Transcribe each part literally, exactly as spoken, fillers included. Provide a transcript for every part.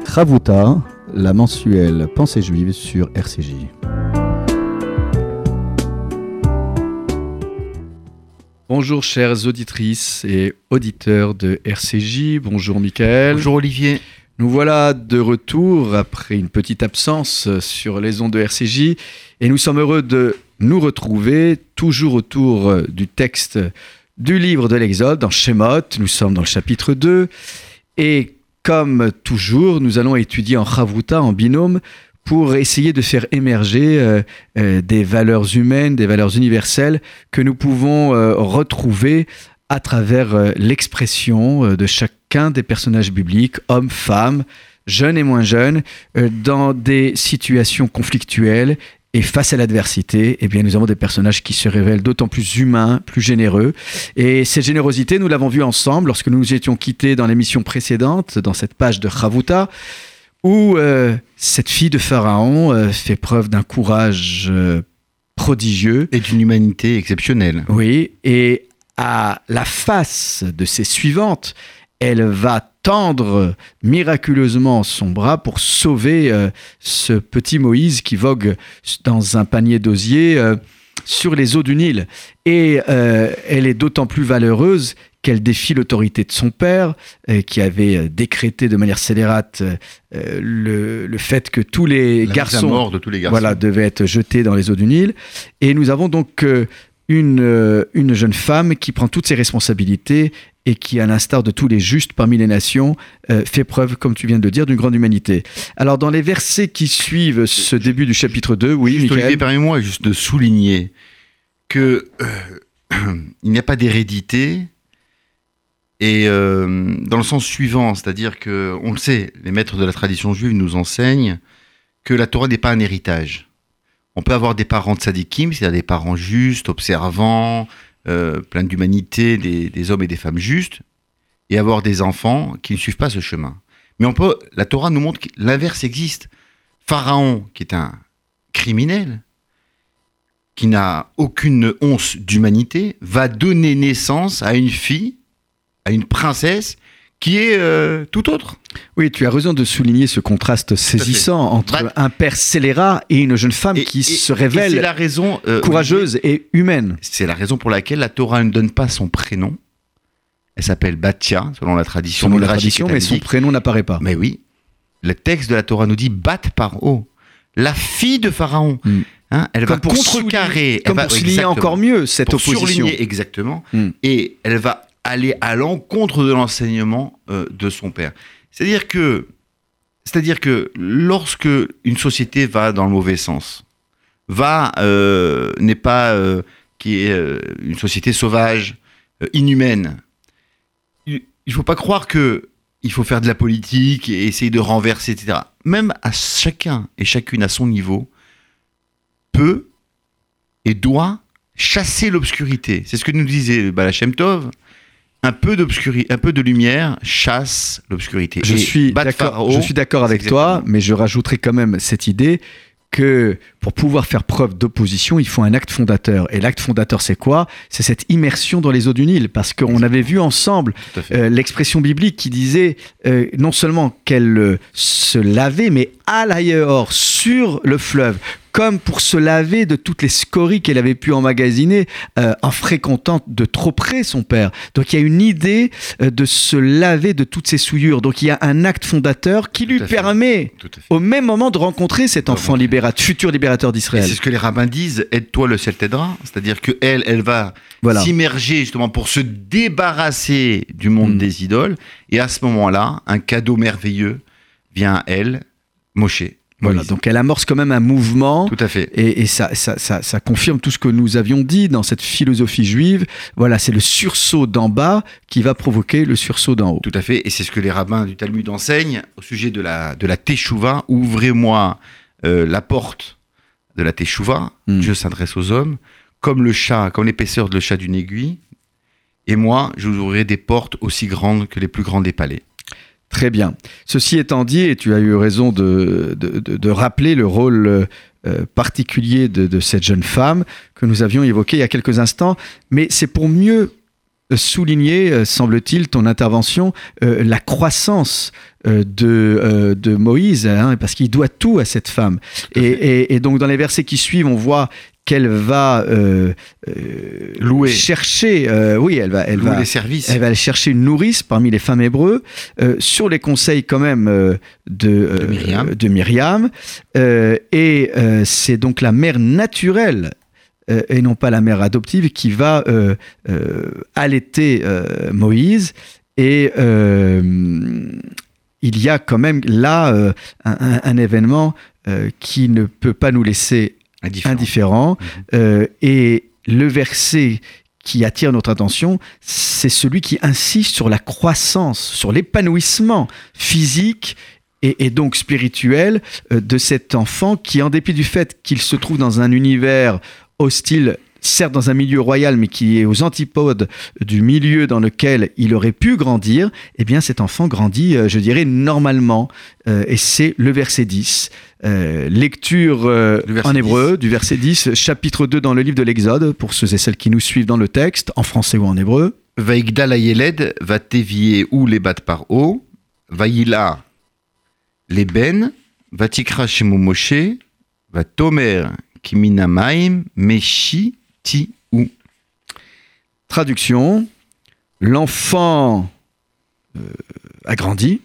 Chavruta, la mensuelle Pensée juive sur R C J. Bonjour chères auditrices et auditeurs de R C J, bonjour Michael. Bonjour Olivier. Nous voilà de retour après une petite absence sur les ondes de R C J et nous sommes heureux de nous retrouver toujours autour du texte du livre de l'Exode, dans Shemot. Nous sommes dans le chapitre deux et comme toujours, nous allons étudier en Chavruta, en binôme, pour essayer de faire émerger euh, euh, des valeurs humaines, des valeurs universelles que nous pouvons euh, retrouver à travers euh, l'expression euh, de chacun des personnages bibliques, hommes, femmes, jeunes et moins jeunes, euh, dans des situations conflictuelles. Et face à l'adversité, eh bien, nous avons des personnages qui se révèlent d'autant plus humains, plus généreux. Et cette générosité, nous l'avons vue ensemble lorsque nous nous étions quittés dans l'émission précédente, dans cette page de Chavruta, où euh, cette fille de Pharaon euh, fait preuve d'un courage euh, prodigieux. Et d'une humanité exceptionnelle. Oui, et à la face de ses suivantes, elle va tendre miraculeusement son bras pour sauver euh, ce petit Moïse qui vogue dans un panier d'osier euh, sur les eaux du Nil. Et euh, elle est d'autant plus valeureuse qu'elle défie l'autorité de son père, euh, qui avait décrété de manière scélérate euh, le, le fait que tous les La garçons, mise à mort de tous les garçons. Voilà, devaient être jetés dans les eaux du Nil. Et nous avons donc euh, une, euh, une jeune femme qui prend toutes ses responsabilités et qui, à l'instar de tous les justes parmi les nations, euh, fait preuve, comme tu viens de le dire, d'une grande humanité. Alors, dans les versets qui suivent ce début du chapitre deux, oui, juste, Michael. Olivier, permets-moi juste de souligner que euh, il n'y a pas d'hérédité, et euh, dans le sens suivant, c'est-à-dire que, on le sait, les maîtres de la tradition juive nous enseignent que la Torah n'est pas un héritage. On peut avoir des parents tzadikim, c'est-à-dire des parents justes, observants, Euh, plein d'humanité, des, des hommes et des femmes justes, et avoir des enfants qui ne suivent pas ce chemin. Mais on peut, la Torah nous montre que l'inverse existe. Pharaon, qui est un criminel, qui n'a aucune once d'humanité, va donner naissance à une fille, à une princesse, qui est euh, tout autre. Oui, tu as raison de souligner ce contraste saisissant entre bah, un père scélérat et une jeune femme et, qui et, se révèle c'est la raison, euh, courageuse et humaine. C'est la raison pour laquelle la Torah ne donne pas son prénom. Elle s'appelle Bathia, selon la tradition. Selon la tradition, mais son prénom n'apparaît pas. Mais oui, le texte de la Torah nous dit Bat Paro, la fille de Pharaon. Mm. Hein, elle comme va pour contrecarrer. Comme elle pour va, souligner encore mieux cette pour opposition. Surligner, exactement. Mm. Et elle va aller à l'encontre de l'enseignement euh, de son père. C'est-à-dire que, c'est-à-dire que lorsque une société va dans le mauvais sens, va euh, n'est pas euh, qui est euh, une société sauvage, euh, inhumaine. Il ne faut pas croire que il faut faire de la politique et essayer de renverser, et cetera. Même à chacun et chacune à son niveau peut et doit chasser l'obscurité. C'est ce que nous disait le Baal Hashem Tov. Un peu d'obscurité, un peu de lumière chasse l'obscurité. Je suis d'accord, Pharaon, je suis d'accord avec toi, mais je rajouterai quand même cette idée que pour pouvoir faire preuve d'opposition, il faut un acte fondateur. Et l'acte fondateur, c'est quoi ? C'est cette immersion dans les eaux du Nil. Parce qu'on avait vu ensemble euh, l'expression biblique qui disait euh, non seulement qu'elle euh, se lavait, mais à l'ailleurs, sur le fleuve, comme pour se laver de toutes les scories qu'elle avait pu emmagasiner euh, en fréquentant de trop près son père. Donc il y a une idée euh, de se laver de toutes ces souillures. Donc il y a un acte fondateur qui lui permet au même moment de rencontrer cet enfant libérateur, futur libérateur d'Israël. Et c'est ce que les rabbins disent, aide-toi le ciel t'aidera. C'est-à-dire qu'elle, elle va voilà. s'immerger justement pour se débarrasser du monde mmh. des idoles. Et à ce moment-là, un cadeau merveilleux vient à elle, Moshe. Voilà, donc elle amorce quand même un mouvement. Tout à fait. Et, et ça, ça, ça, ça confirme tout ce que nous avions dit dans cette philosophie juive. Voilà, c'est le sursaut d'en bas qui va provoquer le sursaut d'en haut. Tout à fait. Et c'est ce que les rabbins du Talmud enseignent au sujet de la, de la Teshuvah. Ouvrez-moi euh, la porte de la Teshuvah. Mm. Dieu s'adresse aux hommes. Comme le chat, comme l'épaisseur de le chat d'une aiguille. Et moi, je vous ouvrirai des portes aussi grandes que les plus grands des palais. Très bien. Ceci étant dit, et tu as eu raison de, de, de, de rappeler le rôle euh, particulier de, de cette jeune femme que nous avions évoqué il y a quelques instants, mais c'est pour mieux souligner, euh, semble-t-il, ton intervention, euh, la croissance euh, de, euh, de Moïse, hein, parce qu'il doit tout à cette femme. Et, et, et donc dans les versets qui suivent, on voit qu'elle va euh, euh, louer, chercher, euh, oui, elle va, elle louer va, les services. Elle va aller chercher une nourrice parmi les femmes hébreux, euh, sur les conseils quand même euh, de, euh, de Myriam. De Myriam. Euh, et euh, c'est donc la mère naturelle, euh, et non pas la mère adoptive, qui va euh, euh, allaiter euh, Moïse. Et euh, il y a quand même là euh, un, un, un événement euh, qui ne peut pas nous laisser indifférent. indifférent. Mmh. Euh, et le verset qui attire notre attention, c'est celui qui insiste sur la croissance, sur l'épanouissement physique et, et donc spirituel euh, de cet enfant qui, en dépit du fait qu'il se trouve dans un univers hostile, certes dans un milieu royal, mais qui est aux antipodes du milieu dans lequel il aurait pu grandir, eh bien cet enfant grandit, euh, je dirais, normalement. Euh, et c'est le verset dix. Euh, lecture euh, en hébreu du verset dix, chapitre deux dans le livre de l'Exode, pour ceux et celles qui nous suivent dans le texte, en français ou en hébreu. Vaigdal hayeled va tevier ou les bat par o, vaïla les ben, va tikra shemo Moshe, va tomer kiminamaim meshi ti ou. Traduction, l'enfant euh, a grandi,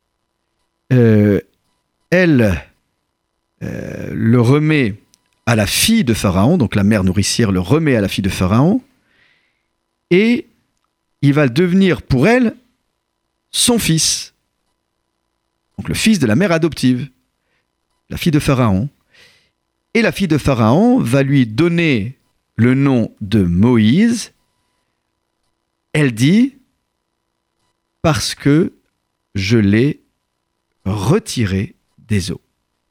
euh, elle Euh, le remet à la fille de Pharaon, donc la mère nourricière le remet à la fille de Pharaon, et il va devenir pour elle son fils, donc le fils de la mère adoptive, la fille de Pharaon. Et la fille de Pharaon va lui donner le nom de Moïse. Elle dit « parce que je l'ai retiré des eaux ».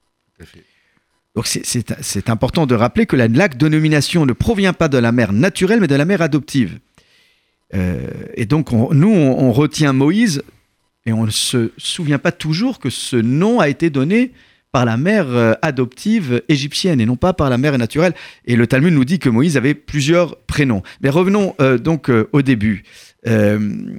Donc c'est, c'est, c'est important de rappeler que la, la dénomination ne provient pas de la mère naturelle, mais de la mère adoptive. Euh, et donc on, nous, on, on retient Moïse, et on ne se souvient pas toujours que ce nom a été donné par la mère euh, adoptive égyptienne, et non pas par la mère naturelle. Et le Talmud nous dit que Moïse avait plusieurs prénoms. Mais revenons euh, donc euh, au début. Euh,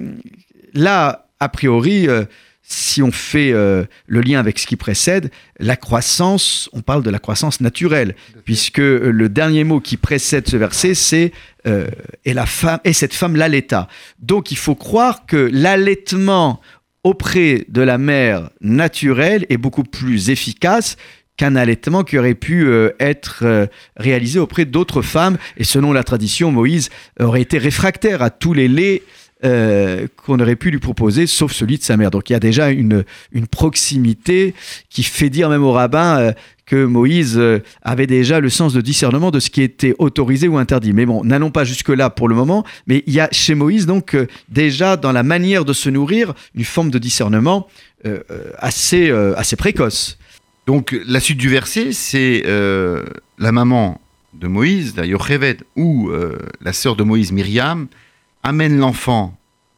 là, a priori... Euh, Si on fait euh, le lien avec ce qui précède, la croissance, on parle de la croissance naturelle, puisque le dernier mot qui précède ce verset, c'est euh, « et, la femme, et cette femme l'allaita ». Donc il faut croire que l'allaitement auprès de la mère naturelle est beaucoup plus efficace qu'un allaitement qui aurait pu euh, être euh, réalisé auprès d'autres femmes. Et selon la tradition, Moïse aurait été réfractaire à tous les laits Euh, qu'on aurait pu lui proposer, sauf celui de sa mère. Donc il y a déjà une, une proximité qui fait dire même au rabbin euh, que Moïse euh, avait déjà le sens de discernement de ce qui était autorisé ou interdit. Mais bon, n'allons pas jusque-là pour le moment, mais il y a chez Moïse donc euh, déjà dans la manière de se nourrir une forme de discernement euh, assez, euh, assez précoce. Donc la suite du verset, c'est euh, la maman de Moïse, la Yocheved, ou euh, la sœur de Moïse, Myriam, amène l'enfant,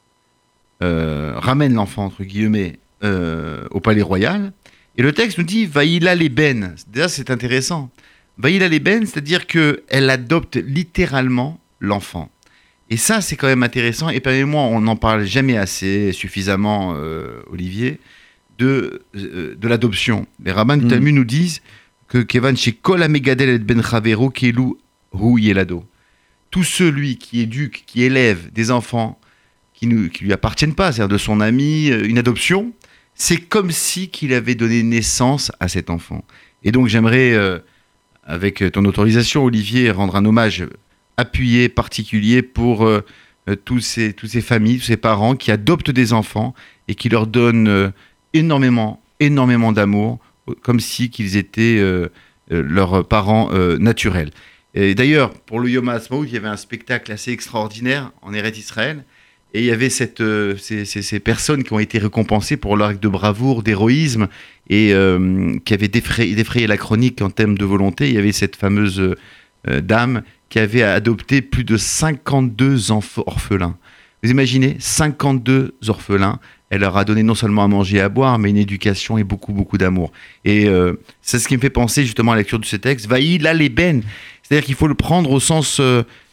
euh, ramène l'enfant, entre guillemets, euh, au palais royal. Et le texte nous dit « Vaïla les ben ». Déjà, c'est intéressant. « Vaïla les ben », c'est-à-dire qu'elle adopte littéralement l'enfant. Et ça, c'est quand même intéressant. Et permettez-moi, on n'en parle jamais assez suffisamment, euh, Olivier, de, euh, de l'adoption. Les rabbins du Talmud mmh. nous disent que « Kevan chez kol hamegadel et ben chavero kelu hu yelado ». Tout celui qui éduque, qui élève des enfants qui ne qui lui appartiennent pas, c'est-à-dire de son ami, une adoption, c'est comme si qu'il avait donné naissance à cet enfant. Et donc j'aimerais, euh, avec ton autorisation, Olivier, rendre un hommage appuyé, particulier pour euh, tous ces, tous ces familles, tous ces parents qui adoptent des enfants et qui leur donnent euh, énormément, énormément d'amour, comme si qu'ils étaient euh, leurs parents euh, naturels. Et d'ailleurs, pour le Yom HaAtzmaut, il y avait un spectacle assez extraordinaire en Eretz Israël. Et il y avait cette, euh, ces, ces, ces personnes qui ont été récompensées pour leur acte de bravoure, d'héroïsme, et euh, qui avaient défrayé, défrayé la chronique en termes de volonté. Il y avait cette fameuse euh, dame qui avait adopté plus de cinquante-deux enf- orphelins. Vous imaginez, cinquante-deux orphelins. Elle leur a donné non seulement à manger et à boire, mais une éducation et beaucoup, beaucoup d'amour. Et euh, c'est ce qui me fait penser justement à la lecture de ce texte. Vaïla les ben. C'est-à-dire qu'il faut le prendre au sens euh,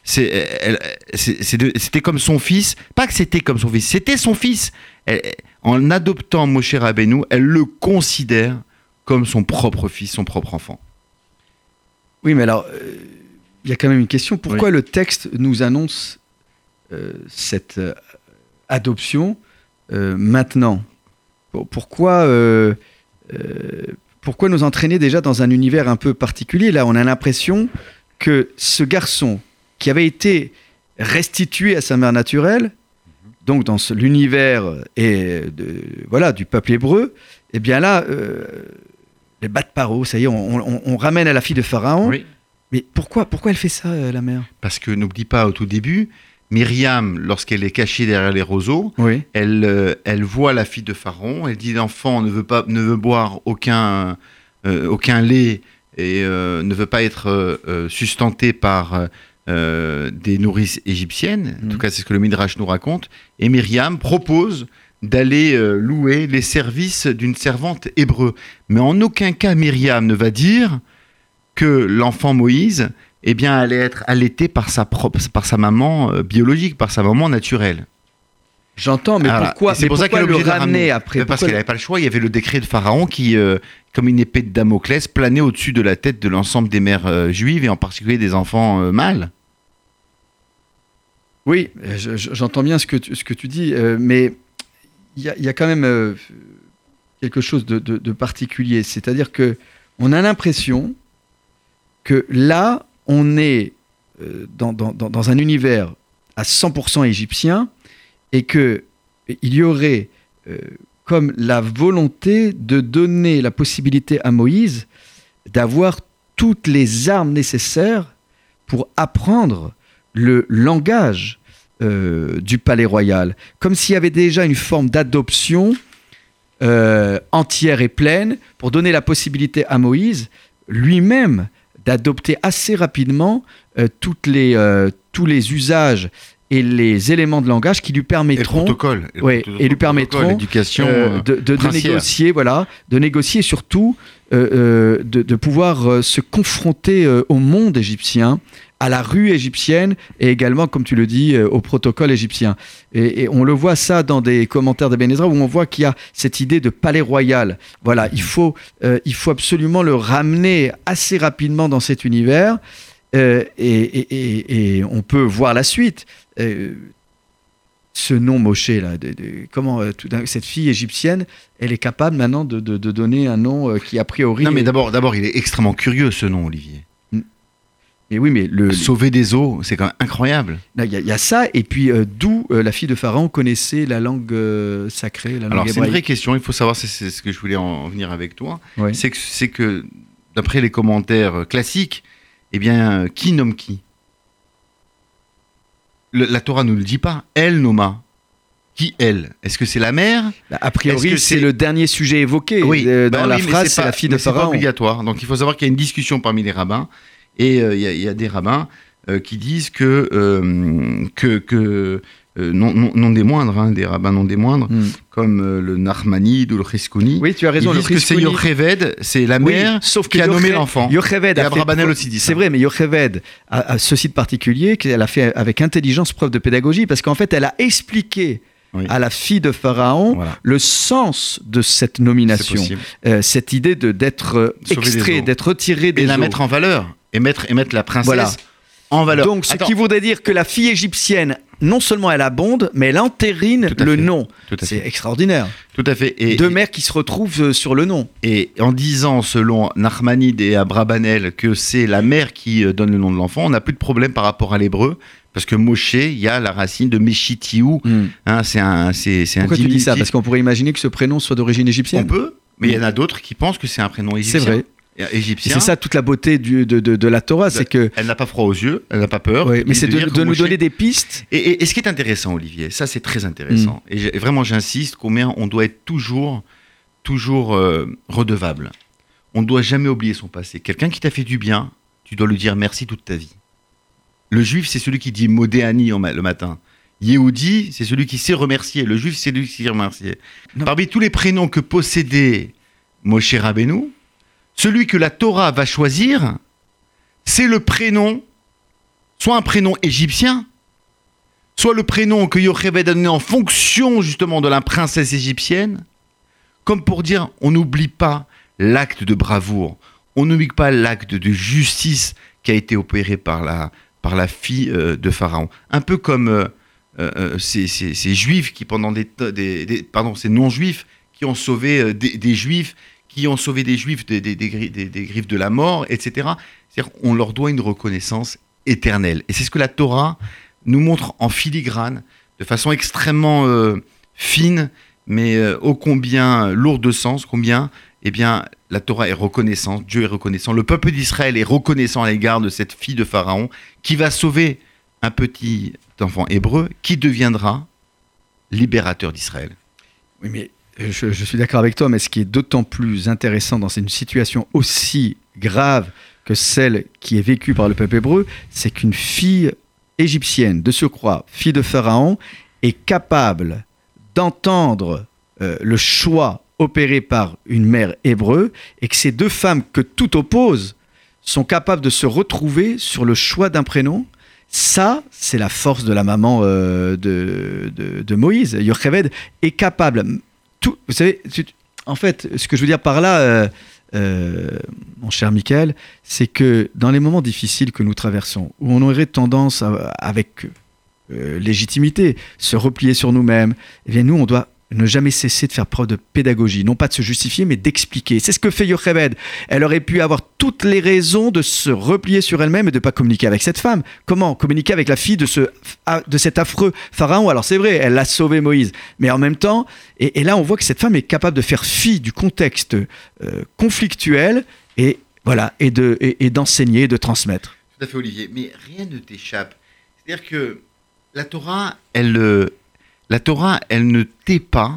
c'est, elle, c'est, c'est de, c'était comme son fils. Pas que c'était comme son fils, c'était son fils. Elle, en adoptant Moshe Rabbeinu, elle le considère comme son propre fils, son propre enfant. Oui, mais alors, il euh, y a quand même une question. Pourquoi oui. le texte nous annonce euh, cette euh, adoption euh, maintenant ? Pourquoi, euh, euh, pourquoi nous entraîner déjà dans un univers un peu particulier ? Là, on a l'impression que ce garçon qui avait été restitué à sa mère naturelle, donc dans ce, l'univers et de, voilà, du peuple hébreu, eh bien là, euh, les bas de paro, ça y est, on, on, on ramène à la fille de Pharaon. Oui. Mais pourquoi, pourquoi elle fait ça, euh, la mère ? Parce que n'oublie pas, au tout début, Myriam, lorsqu'elle est cachée derrière les roseaux, oui. elle, euh, elle voit la fille de Pharaon, elle dit l'enfant ne veut pas, ne veut boire aucun, euh, aucun lait et euh, ne veut pas être euh, sustenté par euh, des nourrices égyptiennes. Mmh. En tout cas, c'est ce que le Midrash nous raconte. Et Myriam propose d'aller euh, louer les services d'une servante hébreu. Mais en aucun cas, Myriam ne va dire que l'enfant Moïse eh bien, allait être allaité par sa, propre, par sa maman euh, biologique, par sa maman naturelle. J'entends, mais Alors, pourquoi, c'est mais pour pourquoi ça qu'elle le ramener après ? Parce pourquoi qu'elle n'avait pas le choix. Il y avait le décret de Pharaon qui, euh, comme une épée de Damoclès, planait au-dessus de la tête de l'ensemble des mères euh, juives et en particulier des enfants euh, mâles. Oui, je, je, j'entends bien ce que tu, ce que tu dis, euh, mais il y, y a quand même euh, quelque chose de, de, de particulier. C'est-à-dire que on a l'impression que là, on est euh, dans, dans, dans un univers à cent pour cent égyptien et qu'il y aurait euh, comme la volonté de donner la possibilité à Moïse d'avoir toutes les armes nécessaires pour apprendre le langage euh, du palais royal. Comme s'il y avait déjà une forme d'adoption euh, entière et pleine pour donner la possibilité à Moïse lui-même d'adopter assez rapidement euh, toutes les, euh, tous les usages et les éléments de langage qui lui permettront, et le protocole, et, le ouais, et lui permettront l'éducation euh, de, de, de négocier, voilà, de négocier et surtout euh, euh, de, de pouvoir euh, se confronter euh, au monde égyptien, à la rue égyptienne et également, comme tu le dis, euh, au protocole égyptien. Et, et on le voit ça dans des commentaires de Ben Ezra où on voit qu'il y a cette idée de palais royal. Voilà, il faut, euh, il faut absolument le ramener assez rapidement dans cet univers euh, et, et, et, et on peut voir la suite. Euh, ce nom Moshe là, de, de, comment euh, tout d'un, cette fille égyptienne, elle est capable maintenant de, de, de donner un nom euh, qui a priori. Non, mais est... d'abord, d'abord, il est extrêmement curieux ce nom, Olivier. Mais oui, mais le sauver des eaux, c'est quand même incroyable. Il y, y a ça, et puis euh, d'où euh, la fille de Pharaon connaissait la langue euh, sacrée, la langue Alors hébraïque. c'est une vraie question. Il faut savoir, c'est, c'est ce que je voulais en venir avec toi. Ouais. C'est que, c'est que d'après les commentaires classiques, eh bien, qui nomme qui ? Le, la Torah ne nous le dit pas. Elle nomma. Qui elle ? Est-ce que c'est la mère ? Bah, a priori, c'est, c'est le dernier sujet évoqué oui, euh, dans bah la oui, phrase, c'est, c'est pas, la fille de Pharaon. C'est pas obligatoire. Donc il faut savoir qu'il y a une discussion parmi les rabbins. Et il euh, y, y a des rabbins euh, qui disent que, euh, que, que euh, non, non, non des moindres, hein, des rabbins non des moindres, mm. comme euh, le Narmanide ou le Chizkuni. Oui, tu as raison. Ils le disent que c'est Yocheved, c'est la mère oui, sauf qui que a Yocheved, nommé l'enfant. Yocheved et a Abrabanel fait... aussi dit ça. C'est vrai, mais Yocheved a, a ceci de particulier qu'elle a fait avec intelligence preuve de pédagogie, parce qu'en fait, elle a expliqué oui. à la fille de Pharaon voilà. le sens de cette nomination, euh, cette idée de, d'être Sauver extrait, d'être retiré des et eaux. la mettre en valeur, et mettre, et mettre la princesse voilà. en valeur. Donc, ce Attends. qui voudrait dire que la fille égyptienne, non seulement elle abonde, mais elle entérine le fait. nom. C'est fait. extraordinaire. Tout à fait. Et, Deux mères qui se retrouvent sur le nom. Et en disant, selon Nachmanide et Abrabanel, que c'est la mère qui donne le nom de l'enfant, on n'a plus de problème par rapport à l'hébreu. Parce que Moshe, il y a la racine de Meshitiou. Mm. Hein, c'est un, c'est, c'est Pourquoi un tu dis ça ? Parce qu'on pourrait imaginer que ce prénom soit d'origine égyptienne. On peut, mais il mm. y en a d'autres qui pensent que c'est un prénom égyptien. C'est vrai. Égyptien. Et c'est ça toute la beauté du, de, de, de la Torah, c'est que... Elle n'a pas froid aux yeux, elle n'a pas peur. Oui, mais c'est de, de, de nous donner des pistes. Et, et, et ce qui est intéressant, Olivier, ça c'est très intéressant, mm. et, et vraiment j'insiste combien on doit être toujours, toujours euh, redevable. On ne doit jamais oublier son passé. Quelqu'un qui t'a fait du bien, tu dois lui dire merci toute ta vie. Le juif, c'est celui qui dit Modéani le matin. Yehudi, c'est celui qui sait remercier. Le juif, c'est celui qui sait remercier. Non. Parmi tous les prénoms que possédait Moshe Rabbeinu, celui que la Torah va choisir, c'est le prénom soit un prénom égyptien, soit le prénom que Yocheved a donné en fonction justement de la princesse égyptienne, comme pour dire, on n'oublie pas l'acte de bravoure, on n'oublie pas l'acte de justice qui a été opéré par la, par la fille euh, de Pharaon. Un peu comme euh, euh, ces, ces, ces juifs qui, pendant des, des, des pardon, ces non-juifs qui ont sauvé euh, des, des juifs, qui ont sauvé des juifs des, des, des, des, des griffes de la mort, et cetera. C'est-à-dire qu'on leur doit une reconnaissance éternelle. Et c'est ce que la Torah nous montre en filigrane, de façon extrêmement euh, fine, mais euh, ô combien lourde de sens, combien, eh bien, la Torah est reconnaissante, Dieu est reconnaissant, le peuple d'Israël est reconnaissant à l'égard de cette fille de Pharaon qui va sauver un petit enfant hébreu qui deviendra libérateur d'Israël. Oui, mais je, je suis d'accord avec toi, mais ce qui est d'autant plus intéressant dans une situation aussi grave que celle qui est vécue par le peuple hébreu, c'est qu'une fille égyptienne, de surcroît, fille de Pharaon, est capable d'entendre euh, le choix opéré par une mère hébreu, et que ces deux femmes que tout oppose sont capables de se retrouver sur le choix d'un prénom. Ça, c'est la force de la maman euh, de, de, de Moïse. Yocheved est capable. Tout, vous savez, en fait, ce que je veux dire par là, euh, euh, mon cher Michael, c'est que dans les moments difficiles que nous traversons, où on aurait tendance, à, avec euh, légitimité, se replier sur nous-mêmes, eh bien nous, on doit ne jamais cesser de faire preuve de pédagogie, non pas de se justifier, mais d'expliquer. C'est ce que fait Yocheved. Elle aurait pu avoir toutes les raisons de se replier sur elle-même et de ne pas communiquer avec cette femme. Comment communiquer avec la fille de, ce, de cet affreux Pharaon? Alors c'est vrai, elle a sauvé Moïse, mais en même temps, et, et là on voit que cette femme est capable de faire fi du contexte euh, conflictuel et, voilà, et, de, et, et d'enseigner, de transmettre. Tout à fait, Olivier, mais rien ne t'échappe. C'est-à-dire que la Torah, elle... Euh... La Torah, elle ne tait pas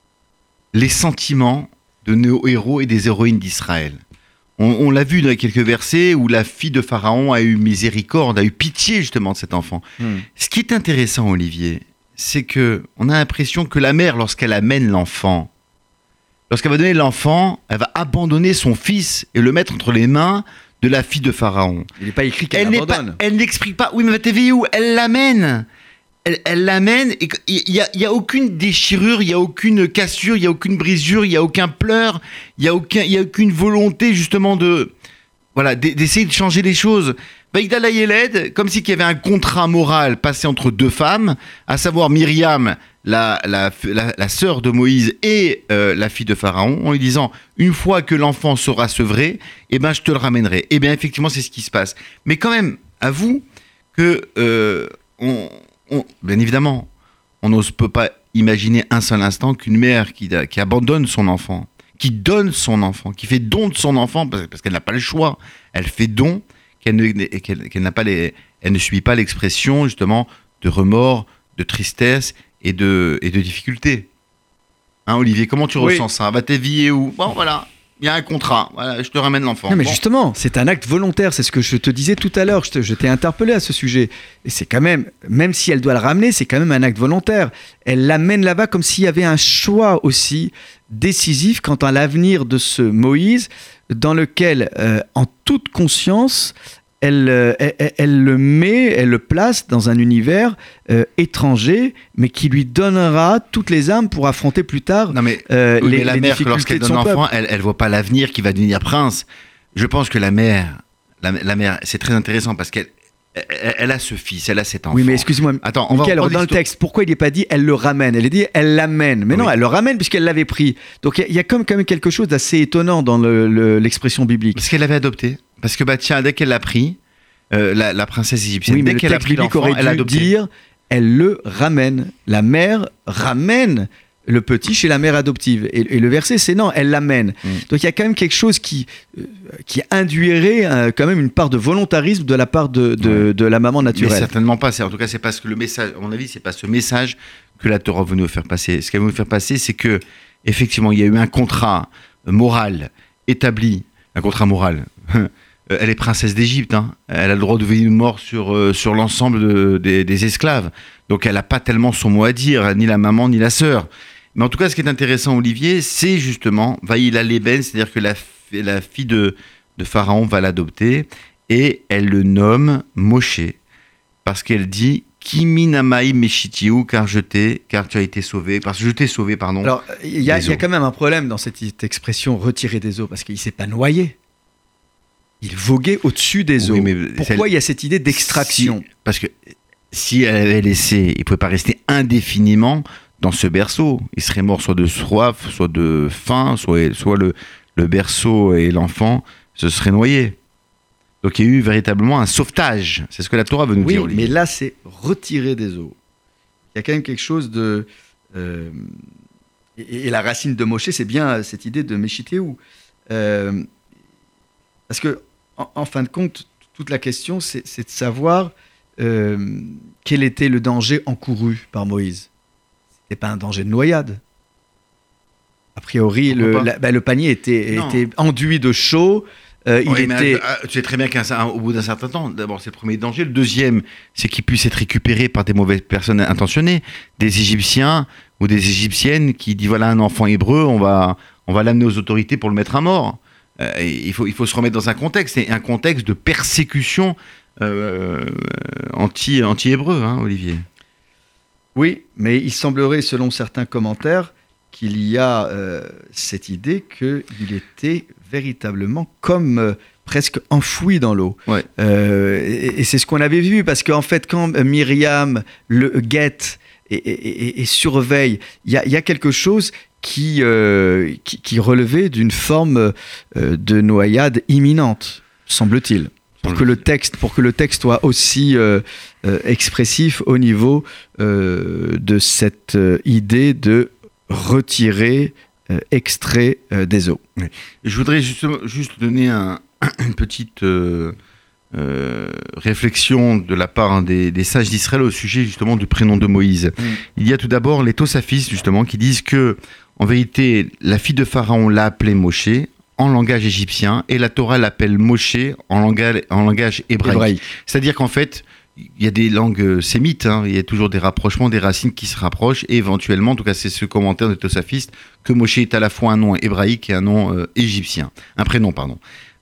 les sentiments de nos héros et des héroïnes d'Israël. On, on l'a vu dans quelques versets où la fille de Pharaon a eu miséricorde, a eu pitié justement de cet enfant. Hmm. Ce qui est intéressant, Olivier, c'est que on a l'impression que la mère, lorsqu'elle amène l'enfant, lorsqu'elle va donner l'enfant, elle va abandonner son fils et le mettre entre les mains de la fille de Pharaon. Il n'est pas écrit qu'elle elle l'abandonne. Pas, elle n'explique pas. Oui, mais t'es vu où elle l'amène. Elle, elle l'amène et il n'y a, y a aucune déchirure, il n'y a aucune cassure, il n'y a aucune brisure, il n'y a aucun pleur, il n'y a, aucun, y a aucune volonté justement de, voilà, d'essayer de changer les choses. Vaïda Yeled, comme si qu'il y avait un contrat moral passé entre deux femmes, à savoir Myriam, la, la, la, la sœur de Moïse et euh, la fille de Pharaon, en lui disant une fois que l'enfant sera sevré, eh ben, je te le ramènerai. Et bien effectivement, c'est ce qui se passe. Mais quand même, avoue que euh, on On, bien évidemment, on ne peut pas imaginer un seul instant qu'une mère qui, qui abandonne son enfant, qui donne son enfant, qui fait don de son enfant, parce, parce qu'elle n'a pas le choix, elle fait don, qu'elle ne, qu'elle, qu'elle n'a pas les, elle ne subit pas l'expression justement de remords, de tristesse et de, et de difficulté. Hein, Olivier, comment tu oui. ressens ça? Va t'éviller où? Bon, voilà. Il y a un contrat, voilà, je te ramène l'enfant. Non mais bon. Justement, c'est un acte volontaire, c'est ce que je te disais tout à l'heure, je, te, je t'ai interpellé à ce sujet. Et c'est quand même, même si elle doit le ramener, c'est quand même un acte volontaire. Elle l'amène là-bas comme s'il y avait un choix aussi décisif quant à l'avenir de ce Moïse, dans lequel, euh, en toute conscience, elle, euh, elle, elle le met, elle le place dans un univers euh, étranger, mais qui lui donnera toutes les armes pour affronter plus tard non mais, euh, oui, les, mais la les mère, difficultés lorsqu'elle de donne son l'enfant, peuple. elle, elle voit pas l'avenir qui va devenir prince. Je pense que la mère, la, la mère, c'est très intéressant parce qu'elle elle, elle a ce fils, elle a cet enfant. Oui, mais excuse-moi, Attends, on Michael, va dans le texte, pourquoi il n'est pas dit elle le ramène? Elle est dit elle l'amène. Mais oui. Non, elle le ramène puisqu'elle l'avait pris. Donc il y, y a comme, quand même quelque chose d'assez étonnant dans le, le, l'expression biblique. Parce qu'elle l'avait adopté. Parce que bah tiens, dès qu'elle l'a pris, euh, la, la princesse égyptienne, oui, dès mais qu'elle a pris l'enfant, aurait elle a dû adopté. dire elle le ramène. La mère ramène le petit chez la mère adoptive. Et, et le verset, c'est non, elle l'amène. Mm. Donc il y a quand même quelque chose qui, euh, qui induirait euh, quand même une part de volontarisme de la part de, de, ouais. de la maman naturelle. Mais certainement pas. C'est, en tout cas, c'est parce que le message, à mon avis, c'est pas ce message que la Torah veut nous faire passer. Ce qu'elle veut nous faire passer, c'est que effectivement, il y a eu un contrat moral établi, un contrat moral. Elle est princesse d'Égypte, hein. Elle a le droit de veiller une mort sur, euh, sur l'ensemble de, des, des esclaves. Donc elle n'a pas tellement son mot à dire, ni la maman, ni la sœur. Mais en tout cas, ce qui est intéressant, Olivier, c'est justement Vaïla Leben, c'est-à-dire que la, la fille de, de Pharaon va l'adopter et elle le nomme Moshe. parce qu'elle dit Kimi namai meshitiu, car je t'ai, car tu as été sauvé, parce que je t'ai sauvé, pardon. Alors, il y, y a quand même un problème dans cette expression retirer des eaux, parce qu'il ne s'est pas noyé. Il voguait au-dessus des eaux. Oui, pourquoi il y a cette idée d'extraction ? si, Parce que si elle avait laissé, il ne pouvait pas rester indéfiniment dans ce berceau. Il serait mort soit de soif, soit de faim, soit, soit le, le berceau et l'enfant se seraient noyés. Donc il y a eu véritablement un sauvetage. C'est ce que la Torah veut nous oui, dire. Oui, mais là, c'est retirer des eaux. Il y a quand même quelque chose de... Euh, et, et la racine de Moshe, c'est bien cette idée de Meshitéou. Euh, parce que, en, en fin de compte, toute la question, c'est, c'est de savoir euh, quel était le danger encouru par Moïse. Ce n'était pas un danger de noyade. A priori, le, la, bah, le panier était, était enduit de chaux. Euh, il oui, était... mais, tu sais très bien qu'au bout d'un certain temps, d'abord c'est le premier danger. Le deuxième, c'est qu'il puisse être récupéré par des mauvaises personnes intentionnées, des Égyptiens ou des Égyptiennes qui disent voilà un enfant hébreu, on va, on va l'amener aux autorités pour le mettre à mort. Euh, il, faut, il faut se remettre dans un contexte, c'est un contexte de persécution euh, anti, anti-hébreu, hein, Olivier. Oui, mais il semblerait, selon certains commentaires, qu'il y a euh, cette idée qu'il était véritablement comme euh, presque enfoui dans l'eau. Ouais. Euh, et, et c'est ce qu'on avait vu, parce qu'en fait, quand Myriam le guette et, et, et, et surveille, il y, y a quelque chose qui, euh, qui, qui relevait d'une forme euh, de noyade imminente, semble-t-il. Pour que le texte, pour que le texte soit aussi euh, euh, expressif au niveau euh, de cette euh, idée de retirer, euh, extrait euh, des eaux. Oui. Je voudrais justement, juste donner un, une petite euh, euh, réflexion de la part hein, des, des sages d'Israël au sujet justement du prénom de Moïse. Mm. Il y a tout d'abord les Tosafistes justement qui disent que en vérité la fille de Pharaon l'a appelé Moshe en langage égyptien et la Torah l'appelle Moshe en langage, en langage hébraïque. hébraïque. C'est-à-dire qu'en fait il y a des langues sémites, hein, il y a toujours des rapprochements, des racines qui se rapprochent, et éventuellement, en tout cas c'est ce commentaire de Tosafiste, que Moshe est à la fois un nom hébraïque et un nom euh, égyptien, un prénom, pardon.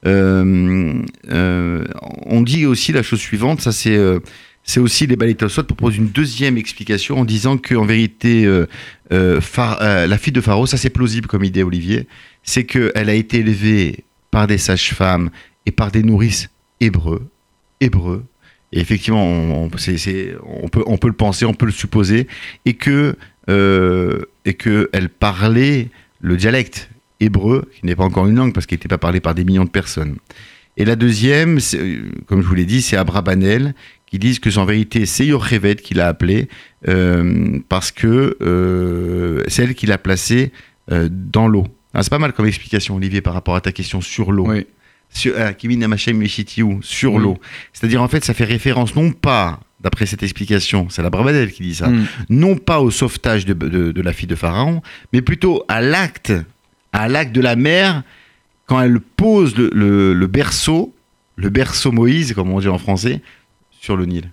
Euh, euh, on dit aussi la chose suivante, ça c'est, euh, c'est aussi les Baalei Tosfot proposent une deuxième explication en disant qu'en vérité, euh, euh, Phar- euh, la fille de Pharaon, ça c'est plausible comme idée, Olivier, c'est qu'elle a été élevée par des sages-femmes et par des nourrices hébreux, hébreux, et effectivement, on, on, c'est, c'est, on, peut, on peut le penser, on peut le supposer, et que euh, et que elle parlait le dialecte hébreu, qui n'est pas encore une langue parce qu'il n'était pas parlé par des millions de personnes. Et la deuxième, c'est, comme je vous l'ai dit, c'est Abrabanel, qui disent que c'est en vérité c'est Yocheved qui l'a appelée euh, parce que euh, c'est elle qui l'a placée euh, dans l'eau. Alors, c'est pas mal comme explication, Olivier, par rapport à ta question sur l'eau. Oui. Sur, euh, Kimi Namachem Meshitiou, sur oui. l'eau. C'est-à-dire, en fait, ça fait référence non pas, d'après cette explication, c'est la Brabadel qui dit ça, mm. non pas au sauvetage de, de, de la fille de Pharaon, mais plutôt à l'acte, à l'acte de la mère, quand elle pose le, le, le berceau, le berceau Moïse, comme on dit en français, sur le Nil.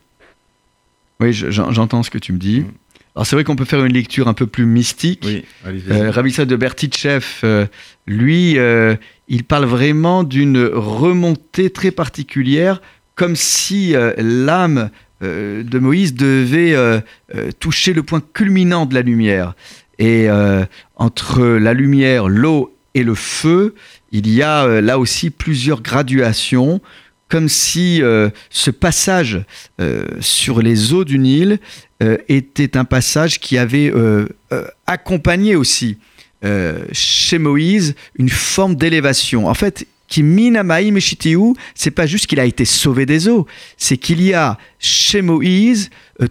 Oui, je, j'entends ce que tu me dis. Mm. Alors c'est vrai qu'on peut faire une lecture un peu plus mystique. Oui, euh, Rabbi Israël de Bertichev, euh, lui, euh, il parle vraiment d'une remontée très particulière, comme si euh, l'âme euh, de Moïse devait euh, euh, toucher le point culminant de la lumière. Et euh, entre la lumière, l'eau et le feu, il y a euh, là aussi plusieurs graduations, comme si euh, ce passage euh, sur les eaux du Nil euh, était un passage qui avait euh, euh, accompagné aussi euh, chez Moïse une forme d'élévation. En fait, qui minamaï meshitiou, c'est pas juste qu'il a été sauvé des eaux, c'est qu'il y a chez Moïse euh,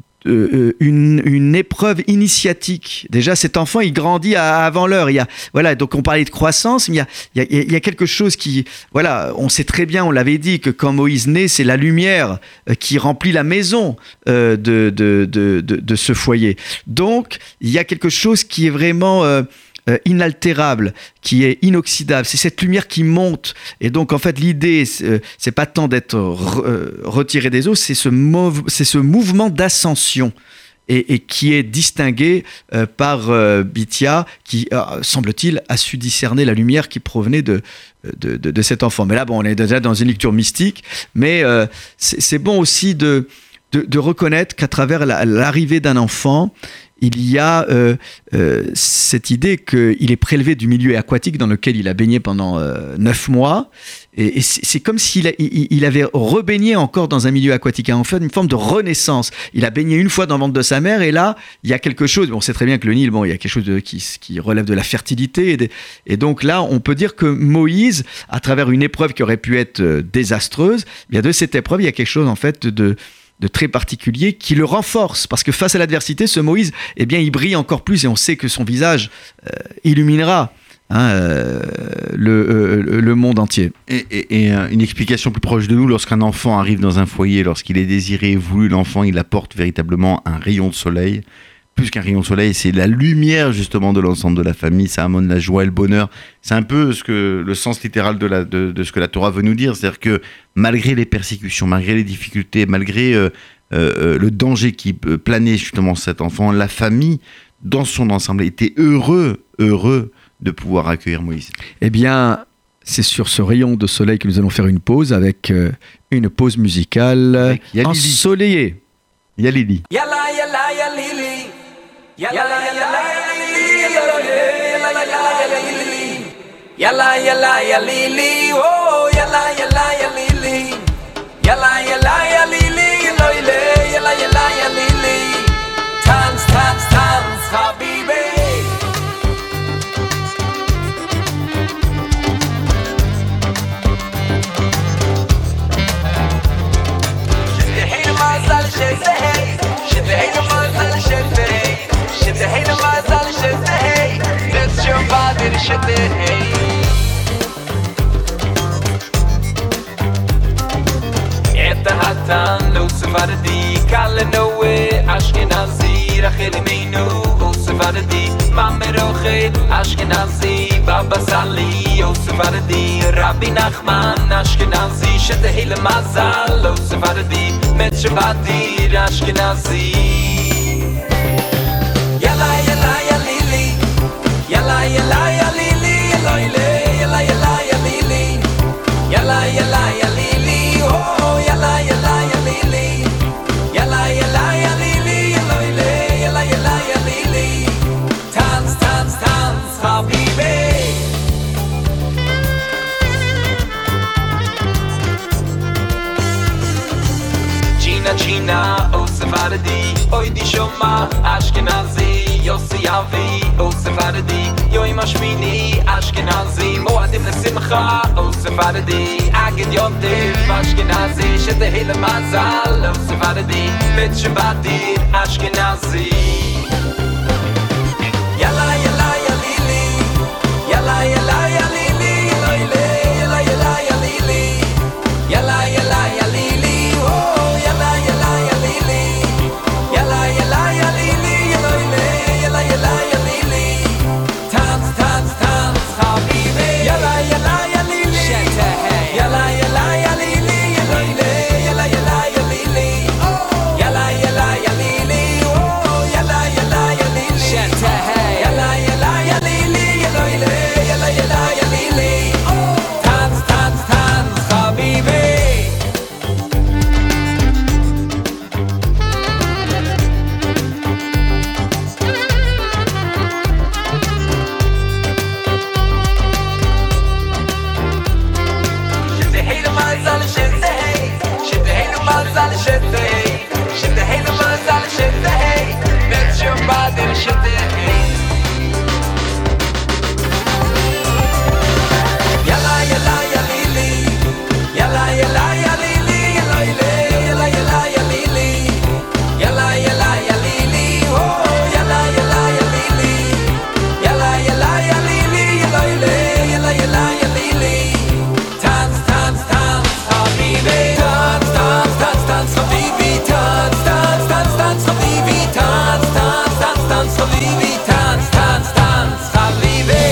Euh, une, une épreuve initiatique. Déjà, cet enfant, il grandit à, avant l'heure. Il y a, voilà, donc on parlait de croissance, mais il y a, il y a, il y a quelque chose qui... Voilà, on sait très bien, on l'avait dit, que quand Moïse naît, c'est la lumière qui remplit la maison euh, de, de, de, de, de ce foyer. Donc, il y a quelque chose qui est vraiment... Euh, Euh, inaltérable, qui est inoxydable, c'est cette lumière qui monte. Et donc en fait l'idée c'est, euh, c'est pas tant d'être re, euh, retiré des eaux, c'est ce, mov- c'est ce mouvement d'ascension et, et qui est distingué euh, par euh, Bithia qui euh, semble-t-il a su discerner la lumière qui provenait de, de, de, de cet enfant. Mais là bon, on est déjà dans une lecture mystique, mais euh, c'est, c'est bon aussi de de, de reconnaître qu'à travers la, l'arrivée d'un enfant, il y a euh, euh, cette idée qu'il est prélevé du milieu aquatique dans lequel il a baigné pendant euh, neuf mois. Et, et c'est, c'est comme s'il a, il, il avait rebaigné encore dans un milieu aquatique. En fait, une forme de renaissance. Il a baigné une fois dans le ventre de sa mère et là, il y a quelque chose. Bon, on sait très bien que le Nil, bon, il y a quelque chose de, qui, qui relève de la fertilité. Et, de, et donc là, on peut dire que Moïse, à travers une épreuve qui aurait pu être désastreuse, bien de cette épreuve, il y a quelque chose en fait de... de très particulier qui le renforce parce que face à l'adversité, ce Moïse, eh bien, il brille encore plus et on sait que son visage euh, illuminera hein, euh, le, euh, le monde entier. Et, et, et une explication plus proche de nous, lorsqu'un enfant arrive dans un foyer, lorsqu'il est désiré et voulu, l'enfant, il apporte véritablement un rayon de soleil. Plus qu'un rayon de soleil, c'est la lumière justement de l'ensemble de la famille, ça amène la joie et le bonheur. C'est un peu ce que, le sens littéral de, la, de, de ce que la Torah veut nous dire, c'est-à-dire que malgré les persécutions, malgré les difficultés, malgré euh, euh, le danger qui planait justement cet enfant, la famille dans son ensemble était heureux, heureux de pouvoir accueillir Moïse. Eh bien, c'est sur ce rayon de soleil que nous allons faire une pause avec euh, une pause musicale ensoleillée. Yalili. Yalla yalla yalili. Yalla yalla yalili. Yalla yalla yalili. Oh yalla yalla yalili. Yalla yalla yalili. Yalla yalla yalili. Tanz tanz tanz habibi. Shitahina mazal shitahey. Shitahina mazal shitahey. Shitahina mazal shitahey. That's your body shitahey. Etahatan lo sevardi kalle noe Ashkenazi rachel meinu o sevardi mameroche Ashkenazi baba sali o sevardi Rabbi Nachman Ashkenazi shetahil mazal o sevardi met shabati Ashkenazi Yalla yalla yalili Yalla yalla yalili Yalla yalla yalili Yalla yalla yalili Oh yalla yalla yalili Yalla yalla yalili Yalla yalla yalili Tanz tanz tanz habibi Gina Gina oh sevardi Oy di shoma Ashkenazi Yossi Avi oh sevardi Yoy mashmini Ashkenazi Moadim lesimcha oh sevardi Agid yotiv Ashkenazi Shetahil mazal oh sevardi Mit shabadir Ashkenazi Yalla yalla yalili Yalla yalla yalili Yalla yalla yalili Yalla yalla yalili Oh yalla yalla yalili Yalla yalla yalili Yalla yalla yalili Tanz tanz tanz habibi Yalla yalla yalili Yalla yalla yalili Yalla yalla yalili Yalla yalla yalili Oh yalla yalla yalili Yalla yalla yalili Yalla yalla yalili Tanz tanz tanz habibi Shitahina mazal shitahey Shitahina mazal shitahey Shitahina mazal shitahey Met your body shitahey Yalla yalla yalili Yalla yalla yalili Yalla yalla yalili Yalla yalla yalili Oh yalla yalla yalili Yalla yalla yalili Yalla yalla yalili Tanz tanz tanz habibi Tanz tanz tanz tanz habibi Tanz tanz tanz tanz habibi Tanz tanz tanz tanz habibi Tanz tanz tanz habibi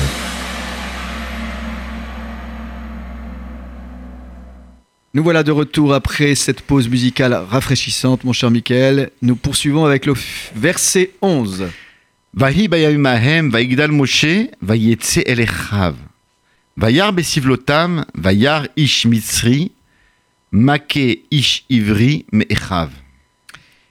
Nous voilà de retour après cette pause musicale rafraîchissante, mon cher Michael. Nous poursuivons avec le f- verset onze. Vahi bayayim mahem, vaigdal Moshe, vayetse el echav. Vayar besivlotam, vayar ish mitzri, make ish ivri me echav.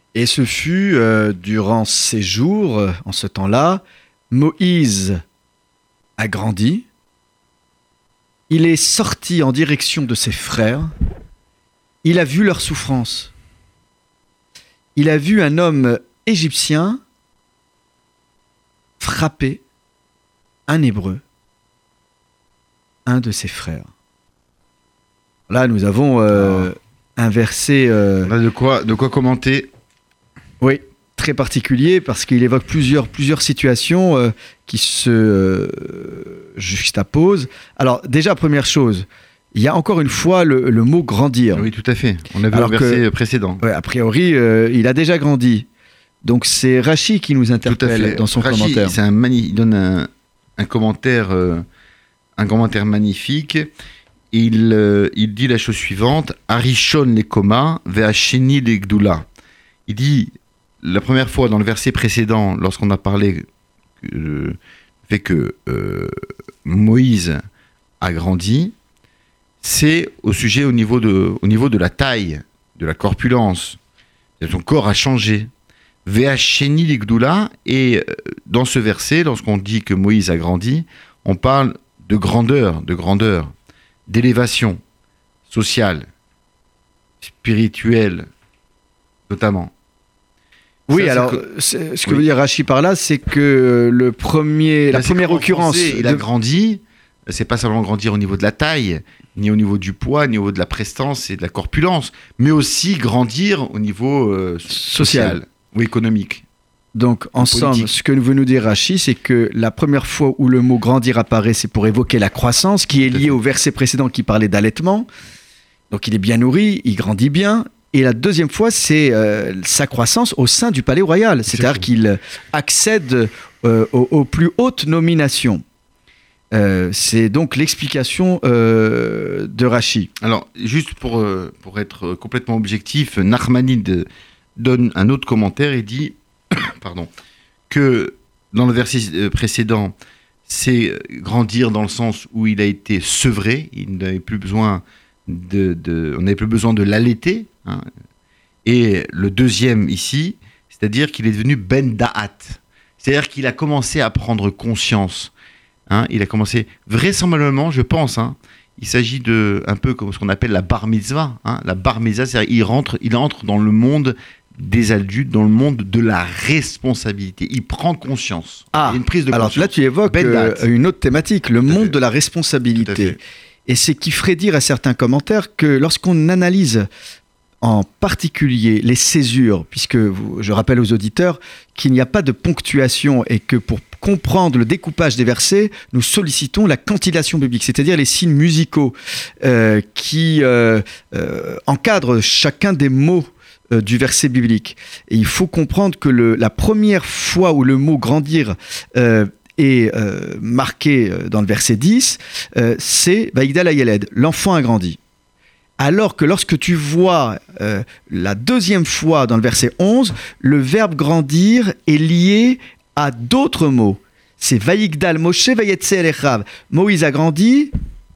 Et ce fut, euh, durant ces jours, euh, en ce temps-là, Moïse a grandi. Il est sorti en direction de ses frères. Il a vu leur souffrance. Il a vu un homme égyptien frapper un Hébreu, un de ses frères. Là, nous avons euh, un verset... euh, On a de quoi, de quoi commenter. Oui, très particulier parce qu'il évoque plusieurs, plusieurs situations euh, qui se euh, juxtaposent. Alors déjà, première chose, il y a encore une fois le, le mot grandir. Oui, tout à fait. On a vu Alors le verset que- précédent. Ouais, a priori, euh, il a déjà grandi. Donc c'est Rachi qui nous Tout à interpelle fait. dans son Rachi, commentaire. c'est un mani- il donne un, un commentaire, euh, un commentaire magnifique. Il, euh, il dit la chose suivante: Arishon les koma, ve'acheni les gdoula. Il dit la première fois dans le verset précédent, lorsqu'on a parlé euh, fait que euh, Moïse a grandi, c'est au sujet au niveau de, au niveau de la taille, de la corpulence. Son corps a changé. Ve'acheni ligdoula, et euh, dans ce verset, lorsqu'on dit que Moïse a grandi, on parle de grandeur, de grandeur, d'élévation sociale, spirituelle, notamment. Oui, Ça, c'est alors que- c'est- ce que Oui. veut dire Rachi par là, c'est que le premier, la Là, c'est première qu'en occurrence, français, il de- a grandi. C'est pas seulement grandir au niveau de la taille, ni au niveau du poids, ni au niveau de la prestance et de la corpulence, mais aussi grandir au niveau euh, social, Social. ou économique. Donc, en somme, politique. ce que veut nous dire Rachi, c'est que la première fois où le mot grandir apparaît, c'est pour évoquer la croissance, qui est Tout à liée fait. au verset précédent qui parlait d'allaitement. Donc, il est bien nourri, il grandit bien. Et la deuxième fois, c'est euh, sa croissance au sein du palais royal. C'est-à-dire fait. qu'il accède euh, aux, aux plus hautes nominations. Euh, c'est donc l'explication euh, de Rachi. Alors, juste pour, euh, pour être complètement objectif, Nachmanide donne un autre commentaire et dit pardon, que dans le verset euh, précédent, c'est grandir dans le sens où il a été sevré, il n'avait plus besoin de, de- on n'avait plus besoin de l'allaiter. Hein. Et le deuxième ici, c'est-à-dire qu'il est devenu Ben Da'at, c'est-à-dire qu'il a commencé à prendre conscience. Hein, il a commencé vraisemblablement, je pense, hein, il s'agit de un peu comme ce qu'on appelle la bar mitzvah. Hein, la bar mitzvah, c'est-à-dire il rentre, il entre dans le monde des adultes, dans le monde de la responsabilité. Il prend conscience. Ah, il y a une prise de alors conscience. là, tu évoques Ben euh, Da'at. une autre thématique, le Tout à monde fait. de la Tout à responsabilité. fait. Et c'est qui ferait dire à certains commentaires que lorsqu'on analyse en particulier les césures, puisque vous- je rappelle aux auditeurs qu'il n'y a pas de ponctuation et que pour comprendre le découpage des versets, nous sollicitons la cantillation biblique, c'est-à-dire les signes musicaux euh, qui euh, euh, encadrent chacun des mots euh, du verset biblique. Et il faut comprendre que le- la première fois où le mot grandir euh, est euh, marqué euh, dans le verset dix, euh, c'est Vaïgdal Ayeled, l'enfant a grandi. Alors que lorsque tu vois euh, la deuxième fois dans le verset onze, le verbe grandir est lié à d'autres mots. C'est Vaïgdal Moshe Vayetse Elechav. Moïse a grandi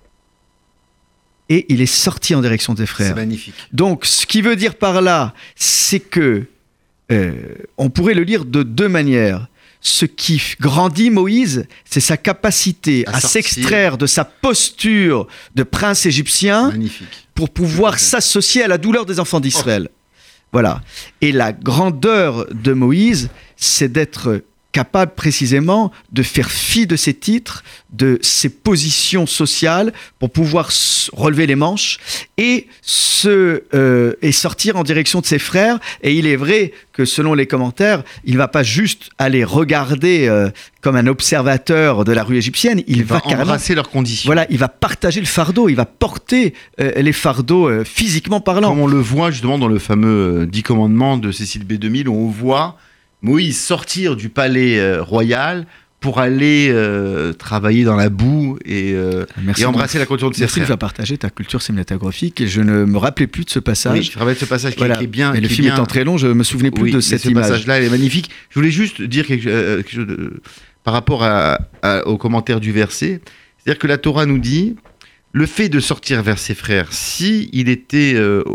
et il est sorti en direction des C'est frères. magnifique. Donc, ce qui veut dire par là, c'est que euh, on pourrait le lire de deux manières. Ce qui f- grandit Moïse, c'est sa capacité À à, sortir. s'extraire de sa posture de prince égyptien Magnifique. pour pouvoir Tout à fait. s'associer à la douleur des enfants d'Israël. Voilà. Et la grandeur de Moïse, c'est d'être capable précisément de faire fi de ses titres, de ses positions sociales pour pouvoir s- relever les manches et, se, euh, et sortir en direction de ses frères. Et il est vrai que selon les commentaires, il ne va pas juste aller regarder euh, comme un observateur de la rue égyptienne, il, Il va, va carrément embrasser leurs conditions. voilà, il va partager le fardeau, il va porter euh, les fardeaux euh, physiquement parlant. Comme on le voit justement dans le fameux euh, Dix commandements de Cécile B deux mille, où on voit Moïse sortir du palais euh, royal pour aller euh, travailler dans la boue et, euh, et embrasser la culture de ses Merci de frères. faire partager ta culture cinématographique et je ne me rappelais plus de ce passage. Oui, je rappelle ce passage qui, Voilà. qui est bien. Et le qui est film bien- étant très long, je me souvenais plus Oui, de mais cette ce image. passage-là, elle est magnifique. Je voulais juste dire quelque, euh, quelque chose de- par rapport à, à- au commentaire du verset. C'est-à-dire que la Torah nous dit le fait de sortir vers ses frères, si il était euh,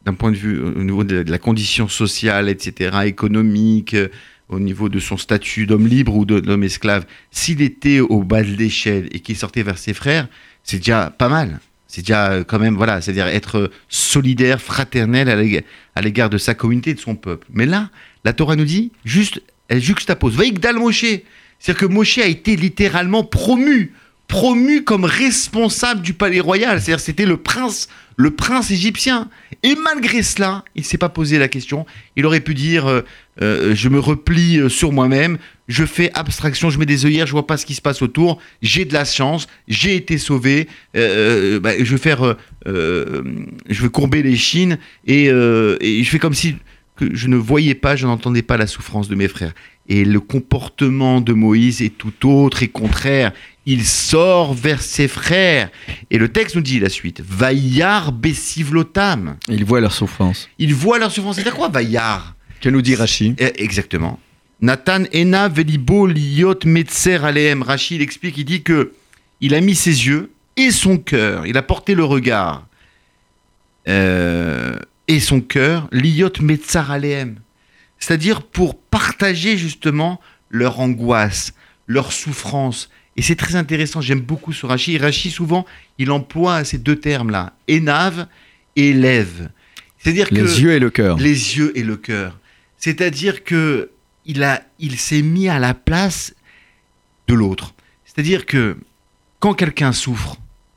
d'un point de vue au niveau de, de la condition sociale, et cetera, économique, euh, au niveau de son statut d'homme libre ou de, d'homme esclave, s'il était au bas de l'échelle et qu'il sortait vers ses frères, c'est déjà pas mal. C'est déjà euh, quand même, voilà, c'est-à-dire être solidaire, fraternel à l'égard, à l'égard de sa communauté, de son peuple. Mais là, la Torah nous dit, juste, elle juxtapose. Vaïgdal Moshe. C'est-à-dire que Moshe a été littéralement promu, promu comme responsable du palais royal. C'est-à-dire c'était le prince, le prince égyptien. Et malgré cela, il ne s'est pas posé la question. Il aurait pu dire, euh, euh, je me replie euh, sur moi-même, je fais abstraction, je mets des œillères, je vois pas ce qui se passe autour, j'ai de la chance, j'ai été sauvé, euh, bah, je vais faire, euh, euh, je vais courber les chines et, euh, et je fais comme si que je ne voyais pas, je n'entendais pas la souffrance de mes frères. Et le comportement de Moïse est tout autre et contraire. Il sort vers ses frères. Et le texte nous dit la suite. Vaïar besivlotam. Il voit leur souffrance. Il voit leur souffrance. C'est-à-dire quoi, Vaïar? Que nous dit Rashi? Exactement. Nathan ena velibo liot metzer aleem. Rashi, il explique, il dit que il a mis ses yeux et son cœur. Il a porté le regard. Euh, et son cœur, liot metzer aleem. C'est-à-dire pour partager justement leur angoisse, leur souffrance. Et c'est très intéressant, j'aime beaucoup ce Rashi. Rashi, souvent, il emploie ces deux termes-là, Enav et Lev. C'est-à-dire que les yeux et le cœur. Les yeux et le cœur. C'est-à-dire que il a, il s'est mis à la place de l'autre. C'est-à-dire que quand quelqu'un souffre,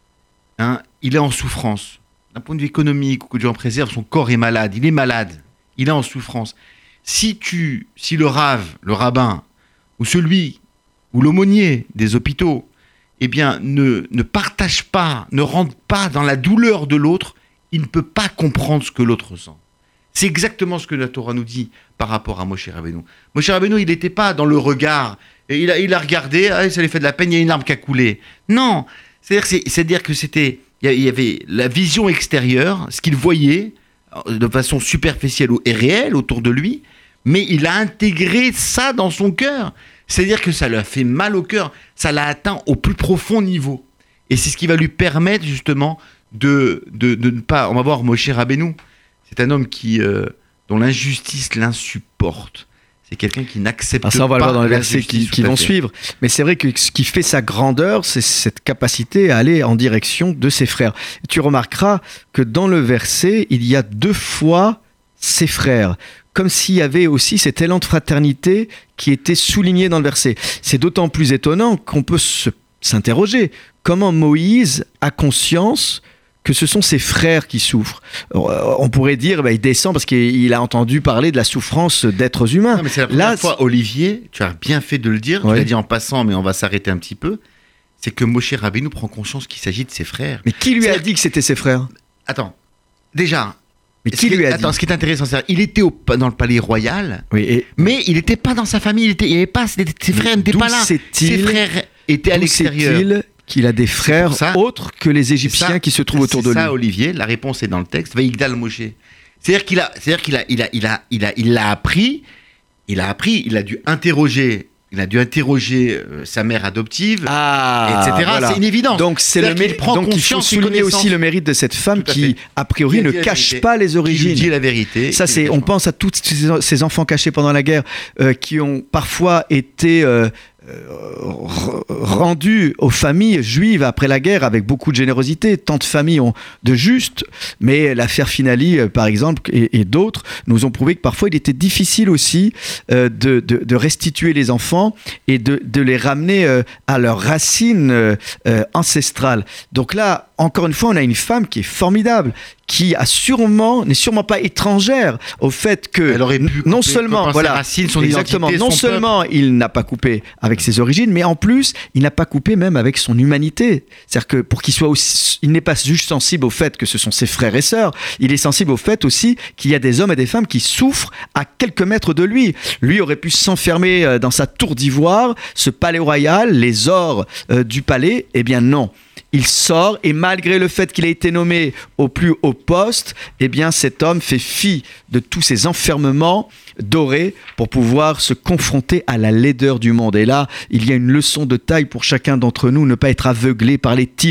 hein, il est en souffrance. D'un point de vue économique, beaucoup de gens préservent, son corps est malade, il est malade, il est en souffrance. Si tu, si le rave, le rabbin, ou celui, ou l'aumônier des hôpitaux, eh bien, ne, ne partage pas, ne rentre pas dans la douleur de l'autre, il ne peut pas comprendre ce que l'autre ressent. C'est exactement ce que la Torah nous dit par rapport à Moshe Rabbeinu. Moshe Rabbeinu, il n'était pas dans le regard, et il a, il a regardé, ah, ça lui fait de la peine, il y a une larme qui a coulé. Non, c'est-à-dire, c'est, c'est-à-dire que c'était, il y avait la vision extérieure, ce qu'il voyait de façon superficielle et réelle autour de lui, mais il a intégré ça dans son cœur. C'est-à-dire que ça lui a fait mal au cœur, ça l'a atteint au plus profond niveau. Et c'est ce qui va lui permettre justement de, de, de ne pas... On va voir Moshe Rabbeinu, c'est un homme qui, euh, dont l'injustice l'insupporte. C'est quelqu'un qui n'accepte pas. Ça, on va le voir dans les versets qui, qui vont suivre. Mais c'est vrai que ce qui fait sa grandeur, c'est cette capacité à aller en direction de ses frères. Et tu remarqueras que dans le verset, il y a deux fois ses frères, comme s'il y avait aussi cet élan de fraternité qui était souligné dans le verset. C'est d'autant plus étonnant qu'on peut se, s'interroger. Comment Moïse a conscience que ce sont ses frères qui souffrent? On pourrait dire, bah, il descend parce qu'il a entendu parler de la souffrance d'êtres humains. Non, mais c'est la première Là, fois, Olivier, tu as bien fait de le dire, ouais. Tu l'as dit en passant, mais on va s'arrêter un petit peu, c'est que Moshe Rabbeinu prend conscience qu'il s'agit de ses frères. Mais qui lui c'est a dit que c'était ses frères? Attends, déjà... Mais qui lui a Attends, dit ce qui est intéressant, c'est qu'il était au, dans le palais royal, oui, et... mais il n'était pas dans sa famille, il était, il avait pas, ses frères n'étaient pas là. Ses frères étaient à l'extérieur. Sait-il qu'il a des frères ça, autres que les Égyptiens ça, qui se trouvent autour de lui? C'est ça, Olivier, la réponse est dans le texte. Vaïgdal Moshe. C'est-à-dire qu'il a, c'est-à-dire qu'il a, il a, il a, il a, il l'a appris, il a appris, il a dû interroger. Il a dû interroger euh, sa mère adoptive, ah, et cetera. Voilà. C'est une évidence. Donc, c'est le mérite. Donc, il faut souligner aussi le mérite de cette femme qui, a priori, ne cache pas les origines. Qui dit la vérité. Ça, c'est. On pense à tous ces enfants cachés pendant la guerre, euh, qui ont parfois été euh, rendus aux familles juives après la guerre avec beaucoup de générosité. Tant de familles ont de juste, mais l'affaire Finali, par exemple, et, et d'autres, nous ont prouvé que parfois il était difficile aussi euh, de, de, de restituer les enfants et de, de les ramener euh, à leurs racines euh, ancestrales. Donc là, encore une fois, on a une femme qui est formidable, qui a sûrement, n'est sûrement pas étrangère au fait que elle aurait pu non seulement voilà racines, son exactement identité, non son seulement peuple. Il n'a pas coupé avec ses origines, mais en plus il n'a pas coupé même avec son humanité. C'est-à-dire que pour qu'il soit aussi, il n'est pas juste sensible au fait que ce sont ses frères et sœurs, il est sensible au fait aussi qu'il y a des hommes et des femmes qui souffrent à quelques mètres de lui. Lui aurait pu s'enfermer dans sa tour d'ivoire, ce palais royal, les ors euh, du palais. Eh bien non. Il sort et malgré le fait qu'il a été nommé au plus haut poste, eh bien cet homme fait fi de tous ces enfermements dorés pour pouvoir se confronter à la laideur du monde. Et là, il y a une leçon de taille pour chacun d'entre nous, ne pas être aveuglé par les titres.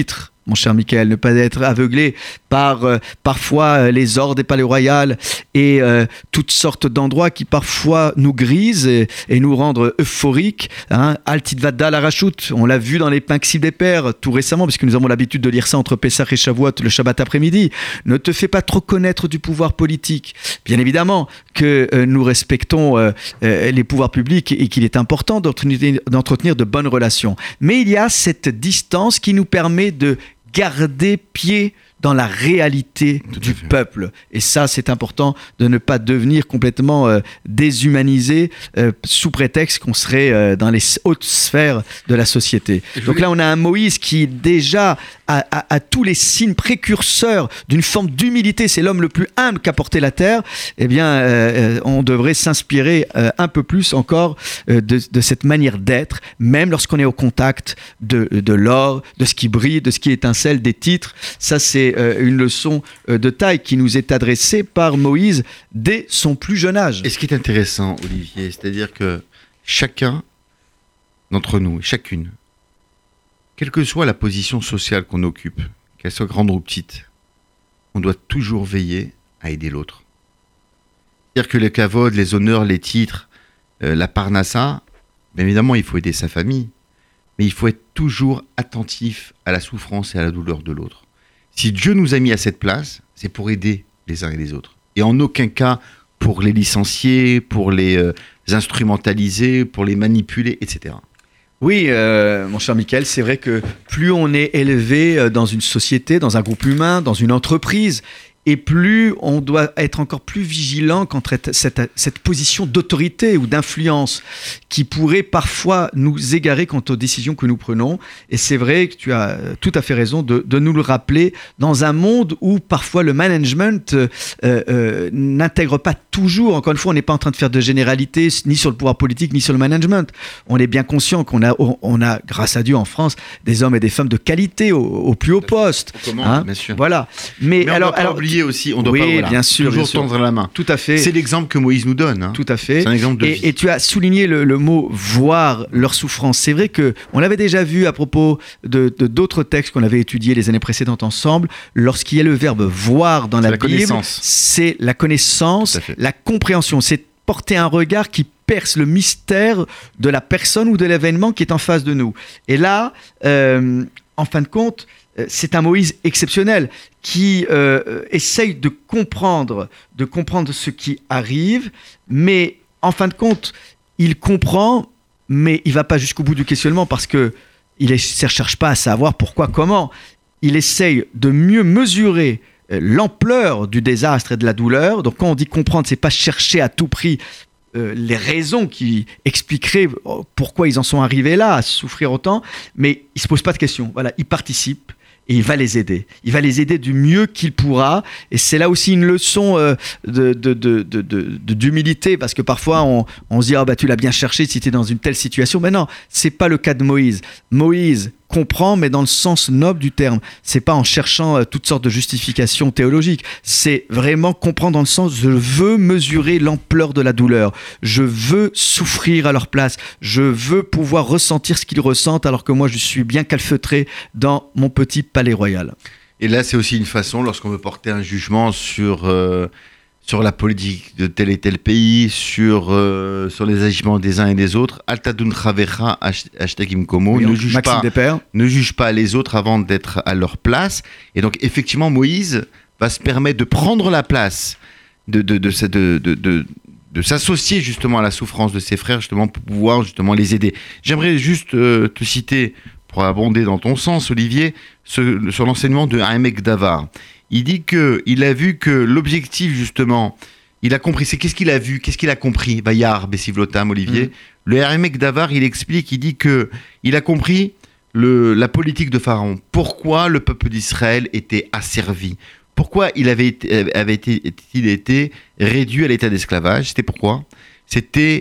mon cher Michael, ne pas être aveuglé par euh, parfois euh, les ors des palais royaux et euh, toutes sortes d'endroits qui parfois nous grisent et, et nous rendent euphoriques. Hein. Altidvada la rachout, on l'a vu dans les Principes des Pères tout récemment, puisque nous avons l'habitude de lire ça entre Pessah et Shavuot le Shabbat après-midi. Ne te fais pas trop connaître du pouvoir politique. Bien évidemment que euh, nous respectons euh, euh, les pouvoirs publics et qu'il est important d'entretenir, d'entretenir de bonnes relations. Mais il y a cette distance qui nous permet de garder pied dans la réalité Tout du à fait. peuple. Et ça, c'est important de ne pas devenir complètement euh, déshumanisé euh, sous prétexte qu'on serait euh, dans les hautes sphères de la société. Je Donc voulais- là, on a un Moïse qui déjà a, a- a tous les signes précurseurs d'une forme d'humilité. C'est l'homme le plus humble qu'a porté la terre. Eh bien, euh, euh, on devrait s'inspirer euh, un peu plus encore euh, de, de cette manière d'être, même lorsqu'on est au contact de, de l'or, de ce qui brille, de ce qui étincelle, des titres. Ça, c'est euh, une leçon euh, de taille qui nous est adressée par Moïse dès son plus jeune âge. Et ce qui est intéressant, Olivier, c'est-à-dire que chacun d'entre nous, chacune, quelle que soit la position sociale qu'on occupe, qu'elle soit grande ou petite, on doit toujours veiller à aider l'autre. C'est-à-dire que les kavod, les honneurs, les titres, euh, la parnassa, bien évidemment, il faut aider sa famille, mais il faut être toujours attentif à la souffrance et à la douleur de l'autre. Si Dieu nous a mis à cette place, c'est pour aider les uns et les autres. Et en aucun cas pour les licencier, pour les euh, instrumentaliser, pour les manipuler, et cetera. Oui, euh, mon cher Michael, c'est vrai que plus on est élevé euh, dans une société, dans un groupe humain, dans une entreprise, et plus on doit être encore plus vigilant contre cette, cette position d'autorité ou d'influence qui pourrait parfois nous égarer quant aux décisions que nous prenons. Et c'est vrai que tu as tout à fait raison de, de nous le rappeler dans un monde où parfois le management euh, euh, n'intègre pas toujours, encore une fois, on n'est pas en train de faire de généralité ni sur le pouvoir politique ni sur le management. On est bien conscient qu'on a, on a, grâce à Dieu en France, des hommes et des femmes de qualité au, au plus haut poste. On commande, Hein, bien sûr. Voilà. Mais, Mais on alors, doit pas alors, oublier aussi, on doit oui, pas voilà, bien sûr, toujours bien sûr. tendre la main. tout à fait. C'est l'exemple que Moïse nous donne. Hein. Tout à fait. C'est un exemple de vie. Et, et tu as souligné le, le mot voir leur souffrance. C'est vrai que on l'avait déjà vu à propos de, de d'autres textes qu'on avait étudiés les années précédentes ensemble. Lorsqu'il y a le verbe voir dans C'est la, la Bible, connaissance. c'est la connaissance, Tout à fait. la compréhension. C'est porter un regard qui perce le mystère de la personne ou de l'événement qui est en face de nous. Et là, euh, en fin de compte, euh, c'est un Moïse exceptionnel qui euh, essaye de comprendre, de comprendre ce qui arrive, mais en fin de compte, il comprend, mais il va pas jusqu'au bout du questionnement parce que il ne cherche pas à savoir pourquoi, comment. Il essaye de mieux mesurer euh, l'ampleur du désastre et de la douleur. Donc quand on dit comprendre, c'est pas chercher à tout prix euh, les raisons qui expliqueraient euh, pourquoi ils en sont arrivés là, à souffrir autant, mais il se pose pas de questions. Voilà, il participe. Et il va les aider. Il va les aider du mieux qu'il pourra. Et c'est là aussi une leçon euh, de, de, de, de, de, d'humilité, parce que parfois on, on se dit ah bah tu l'as bien cherché si tu es dans une telle situation. Mais non, c'est pas le cas de Moïse. Moïse comprend, mais dans le sens noble du terme. C'est pas en cherchant euh, toutes sortes de justifications théologiques. C'est vraiment comprendre dans le sens je veux mesurer l'ampleur de la douleur. Je veux souffrir à leur place. Je veux pouvoir ressentir ce qu'ils ressentent, alors que moi je suis bien calfeutré dans mon petit palais royal. Et là, c'est aussi une façon, lorsqu'on veut porter un jugement sur, euh, sur la politique de tel et tel pays, sur, euh, sur les agissements des uns et des autres, Altadun Chavecha Hashtagim Komo, Oui, ne en- juge Maxime pas, Despères. ne juge pas les autres avant d'être à leur place. Et donc, effectivement, Moïse va se permettre de prendre la place, de, de, de, de, de, de, de, de s'associer justement à la souffrance de ses frères, justement, pour pouvoir justement les aider. J'aimerais juste euh, te citer, pour abonder dans ton sens, Olivier, ce- sur l'enseignement de Haemek Davar. Il dit qu'il a vu que l'objectif, justement, il a compris. C'est qu'est-ce qu'il a vu, qu'est-ce qu'il a compris, Bayar, Bessivlotam, Olivier. Mm. Le Haemek Davar, il explique, il dit que il a compris le, la politique de Pharaon. Pourquoi le peuple d'Israël était asservi? Pourquoi il avait été, avait été, il été réduit à l'état d'esclavage? C'était pourquoi? C'était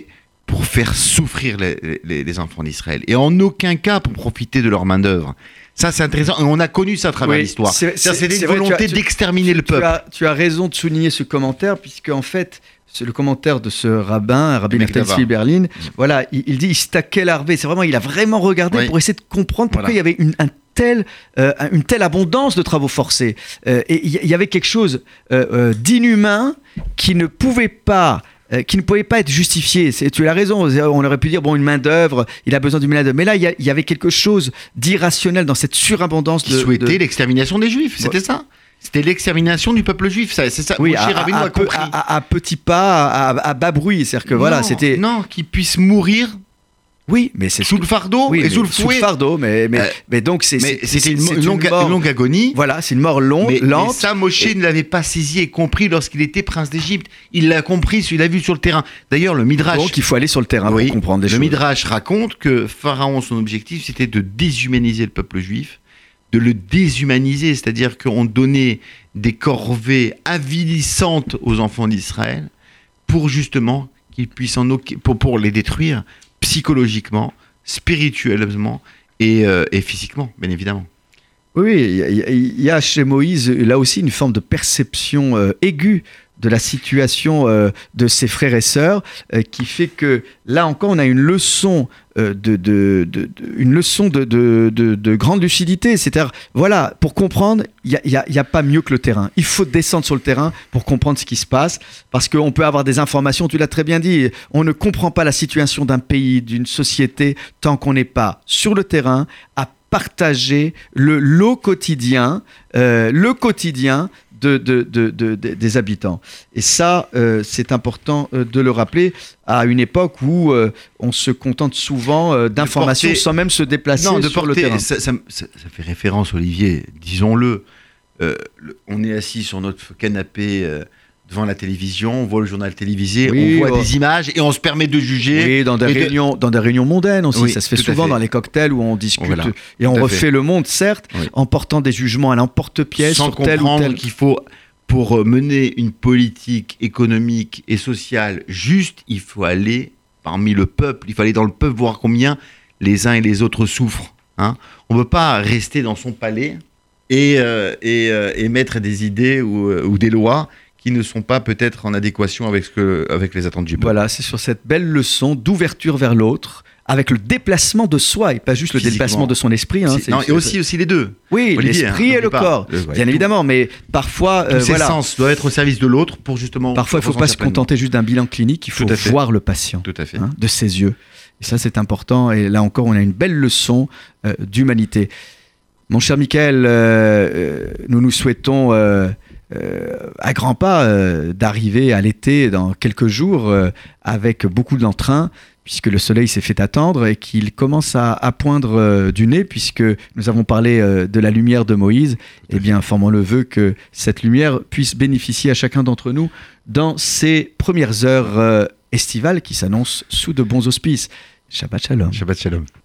pour faire souffrir les, les, les enfants d'Israël. Et en aucun cas pour profiter de leur main-d'œuvre. Ça, c'est intéressant. Et on a connu ça à travers Oui, l'histoire. c'est- C'est- c'est- C'était c'est une vrai, tu as- volonté tu- d'exterminer le Tu peuple. as, tu as raison de souligner ce commentaire, puisque en fait, c'est le commentaire de ce rabbin, Rabbi Merkava. Nachman Tzvi Berlin. Voilà, il, il dit Istakel Harvé. C'est vraiment, il a vraiment regardé Oui. pour essayer de comprendre pourquoi Voilà. il y avait une, un tel, euh, une telle abondance de travaux forcés. Euh, et il y, il y avait quelque chose euh, euh, d'inhumain qui ne pouvait pas. euh, qui ne pouvait pas être justifié. C'est- tu as raison, on aurait pu dire, bon, une main-d'œuvre, il a besoin d'une main-d'œuvre. Mais là, il y, a- il y avait quelque chose d'irrationnel dans cette surabondance Qui de. souhaitait de- l'extermination des Juifs. C'était ça. C'était l'extermination du peuple juif. Ça, c'est ça. Oui, Moshe à, Rabbeinu à- a à peu- compris. à- à- à petits pas, à, à bas bruit. C'est-à-dire que voilà, Non, c'était. Non, qu'ils puissent mourir Oui, mais c'est sous le fardeau oui, et mais sous le sous le fouet. fardeau, mais, mais, Euh, mais donc c'est. Mais c'est- c'était une, c'est une longue, mort- une longue agonie. Voilà, c'est une mort longue, Mais, mais lente. ça, Moshe Et- ne l'avait pas saisi et compris lorsqu'il était prince d'Égypte. Il l'a compris, il l'a vu sur le terrain. D'ailleurs, le Midrash, Donc il faut aller sur le terrain oui, pour comprendre les le choses. Midrash raconte que Pharaon, son objectif, c'était de déshumaniser le peuple juif, de le déshumaniser, c'est-à-dire qu'on donnait des corvées avilissantes aux enfants d'Israël pour justement qu'ils puissent en aucun- pour, pour les détruire psychologiquement, spirituellement et, euh, et physiquement, bien évidemment. Oui, il y, a- il y a chez Moïse là aussi une forme de perception euh, aiguë de la situation euh, de ses frères et sœurs, euh, qui fait que là encore on a une leçon euh, de, de, de- de- une leçon de, de, de- de grande lucidité. C'est-à-dire, voilà, pour comprendre, il n'y a, il y a- il y a pas mieux que le terrain. Il faut descendre sur le terrain pour comprendre ce qui se passe, parce qu'on peut avoir des informations, tu l'as très bien dit, on ne comprend pas la situation d'un pays, d'une société, tant qu'on n'est pas sur le terrain, à partager le lot quotidien, euh, le quotidien de, de- de- de- de- des habitants. Et ça, euh, c'est important euh, de le rappeler à une époque où euh, on se contente souvent euh, d'informations porter- sans même se déplacer Non, de sur le porter, terrain. ça, ça- ça- ça fait référence, Olivier, disons-le. Euh, le- on est assis sur notre canapé euh, devant la télévision, on voit le journal télévisé, Oui, on voit oh. des images et on se permet de juger. Oui, dans des, et de- réunions, dans des réunions mondaines aussi. Oui, ça se fait tout à souvent fait. dans les cocktails où on discute Voilà, et on tout à refait fait. le monde, certes, Oui. en portant des jugements à l'emporte-pièce sans sur tel ou comprendre tel. qu'il faut, pour euh, mener une politique économique et sociale juste, il faut aller parmi le peuple, il faut aller dans le peuple voir combien les uns et les autres souffrent. Hein. On ne peut pas rester dans son palais et, euh, et, euh, et mettre des idées ou, euh, ou des lois qui ne sont pas peut-être en adéquation avec, ce que, avec les attentes du peuple. Voilà, c'est sur cette belle leçon d'ouverture vers l'autre, avec le déplacement de soi et pas juste le Physiquement. déplacement de son esprit. hein. C'est- C'est- non, c'est- et aussi, aussi les deux. oui, Olivier, l'esprit hein, et le n'oublie pas. corps, Le- ouais, bien tout. évidemment, mais parfois, Tous euh, ces voilà, sens doivent être au service de l'autre pour justement... parfois il ne faut pas se ressentir pleinement. contenter juste d'un bilan clinique, il faut Tout à fait. voir le patient Tout à fait. hein, de ses yeux. Et ça, c'est important. Et là encore, on a une belle leçon euh, d'humanité. Mon cher Michael, euh, euh, nous nous souhaitons euh, euh, à grands pas euh, d'arriver à l'été dans quelques jours euh, avec beaucoup d'entrain, puisque le soleil s'est fait attendre et qu'il commence à, à poindre euh, du nez, puisque nous avons parlé euh, de la lumière de Moïse. Eh bien, formons le vœu que cette lumière puisse bénéficier à chacun d'entre nous dans ces premières heures euh, estivales qui s'annoncent sous de bons auspices. Shabbat Shalom. Shabbat Shalom.